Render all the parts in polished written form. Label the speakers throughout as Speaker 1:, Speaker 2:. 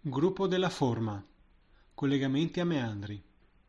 Speaker 1: Gruppo della forma. Collegamenti a meandri.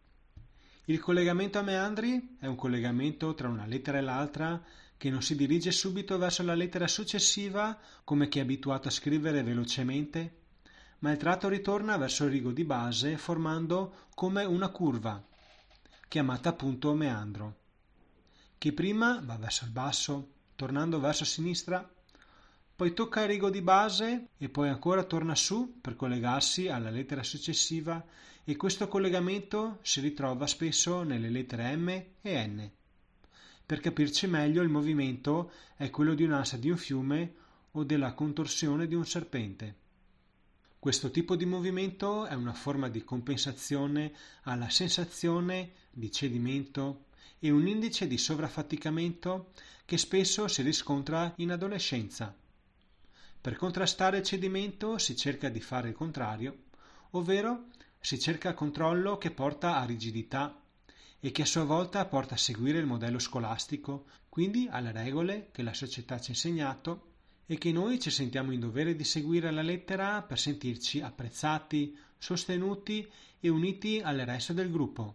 Speaker 1: Il collegamento a meandri è un collegamento tra una lettera e l'altra che non si dirige subito verso la lettera successiva come chi è abituato a scrivere velocemente, ma il tratto ritorna verso il rigo di base formando come una curva, chiamata appunto meandro, che prima va verso il basso, tornando verso sinistra, poi tocca il rigo di base e poi ancora torna su per collegarsi alla lettera successiva, e questo collegamento si ritrova spesso nelle lettere M e N. Per capirci meglio, il movimento è quello di un'asta di un fiume o della contorsione di un serpente. Questo tipo di movimento è una forma di compensazione alla sensazione di cedimento e un indice di sovraffaticamento che spesso si riscontra in adolescenza. Per contrastare il cedimento si cerca di fare il contrario, ovvero si cerca il controllo che porta a rigidità e che a sua volta porta a seguire il modello scolastico, quindi alle regole che la società ci ha insegnato e che noi ci sentiamo in dovere di seguire alla lettera per sentirci apprezzati, sostenuti e uniti al resto del gruppo.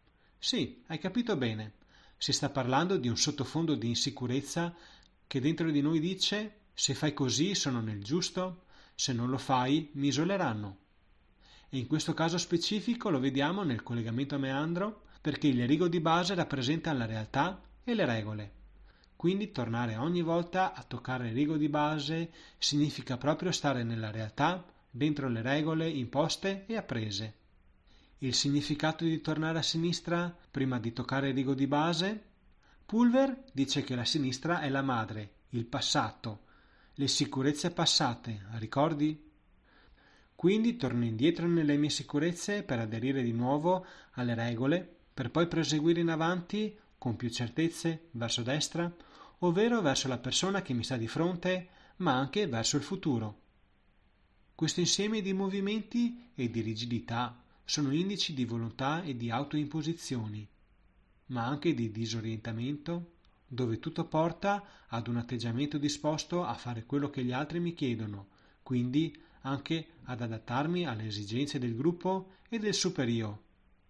Speaker 1: Sì, hai capito bene. Si sta parlando di un sottofondo di insicurezza che dentro di noi dice: se fai così sono nel giusto, se non lo fai mi isoleranno. E in questo caso specifico lo vediamo nel collegamento a meandro perché il rigo di base rappresenta la realtà e le regole. Quindi tornare ogni volta a toccare il rigo di base significa proprio stare nella realtà, dentro le regole imposte e apprese. Il significato di tornare a sinistra prima di toccare il rigo di base? Pulver dice che la sinistra è la madre, il passato, le sicurezze passate, ricordi? Quindi torno indietro nelle mie sicurezze per aderire di nuovo alle regole, per poi proseguire in avanti con più certezze verso destra, ovvero verso la persona che mi sta di fronte, ma anche verso il futuro. Questo insieme di movimenti e di rigidità sono indici di volontà e di autoimposizioni, ma anche di disorientamento, dove tutto porta ad un atteggiamento disposto a fare quello che gli altri mi chiedono, quindi anche ad adattarmi alle esigenze del gruppo e del superio.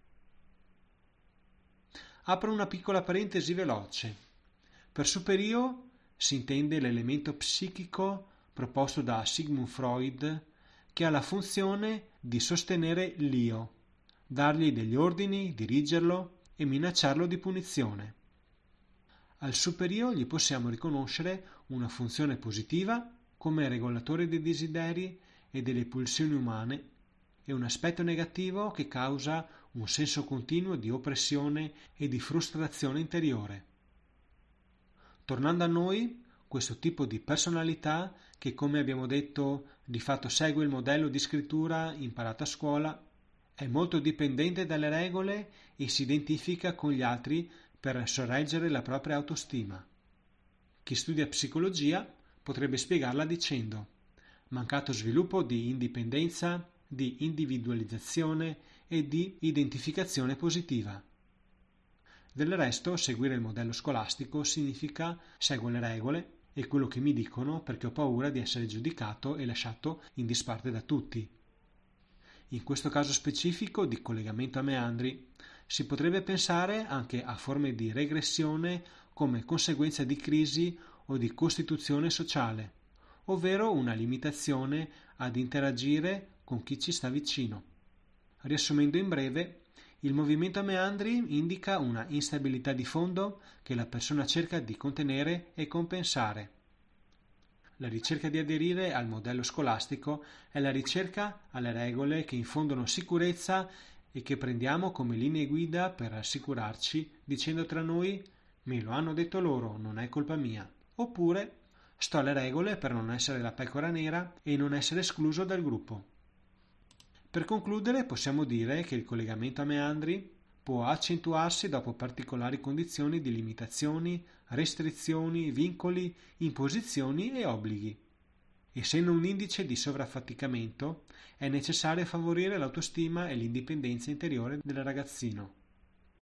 Speaker 1: Apro una piccola parentesi veloce. Per superio si intende l'elemento psichico proposto da Sigmund Freud che ha la funzione di sostenere l'io, dargli degli ordini, dirigerlo e minacciarlo di punizione. Al superio gli possiamo riconoscere una funzione positiva come regolatore dei desideri e delle pulsioni umane e un aspetto negativo che causa un senso continuo di oppressione e di frustrazione interiore. Tornando a noi, questo tipo di personalità, che come abbiamo detto di fatto segue il modello di scrittura imparato a scuola, è molto dipendente dalle regole e si identifica con gli altri per sorreggere la propria autostima. Chi studia psicologia potrebbe spiegarla dicendo: mancato sviluppo di indipendenza, di individualizzazione e di identificazione positiva. Del resto, seguire il modello scolastico significa seguo le regole e quello che mi dicono perché ho paura di essere giudicato e lasciato in disparte da tutti. In questo caso specifico di collegamento a meandri si potrebbe pensare anche a forme di regressione come conseguenza di crisi o di costituzione sociale, ovvero una limitazione ad interagire con chi ci sta vicino. Riassumendo in breve, il movimento a meandri indica una instabilità di fondo che la persona cerca di contenere e compensare. La ricerca di aderire al modello scolastico è la ricerca alle regole che infondono sicurezza e che prendiamo come linee guida per rassicurarci dicendo tra noi: me lo hanno detto loro, non è colpa mia, oppure sto alle regole per non essere la pecora nera e non essere escluso dal gruppo. Per concludere, possiamo dire che il collegamento a meandri può accentuarsi dopo particolari condizioni di limitazioni, restrizioni, vincoli, imposizioni e obblighi. Essendo un indice di sovraffaticamento, è necessario favorire l'autostima e l'indipendenza interiore del ragazzino.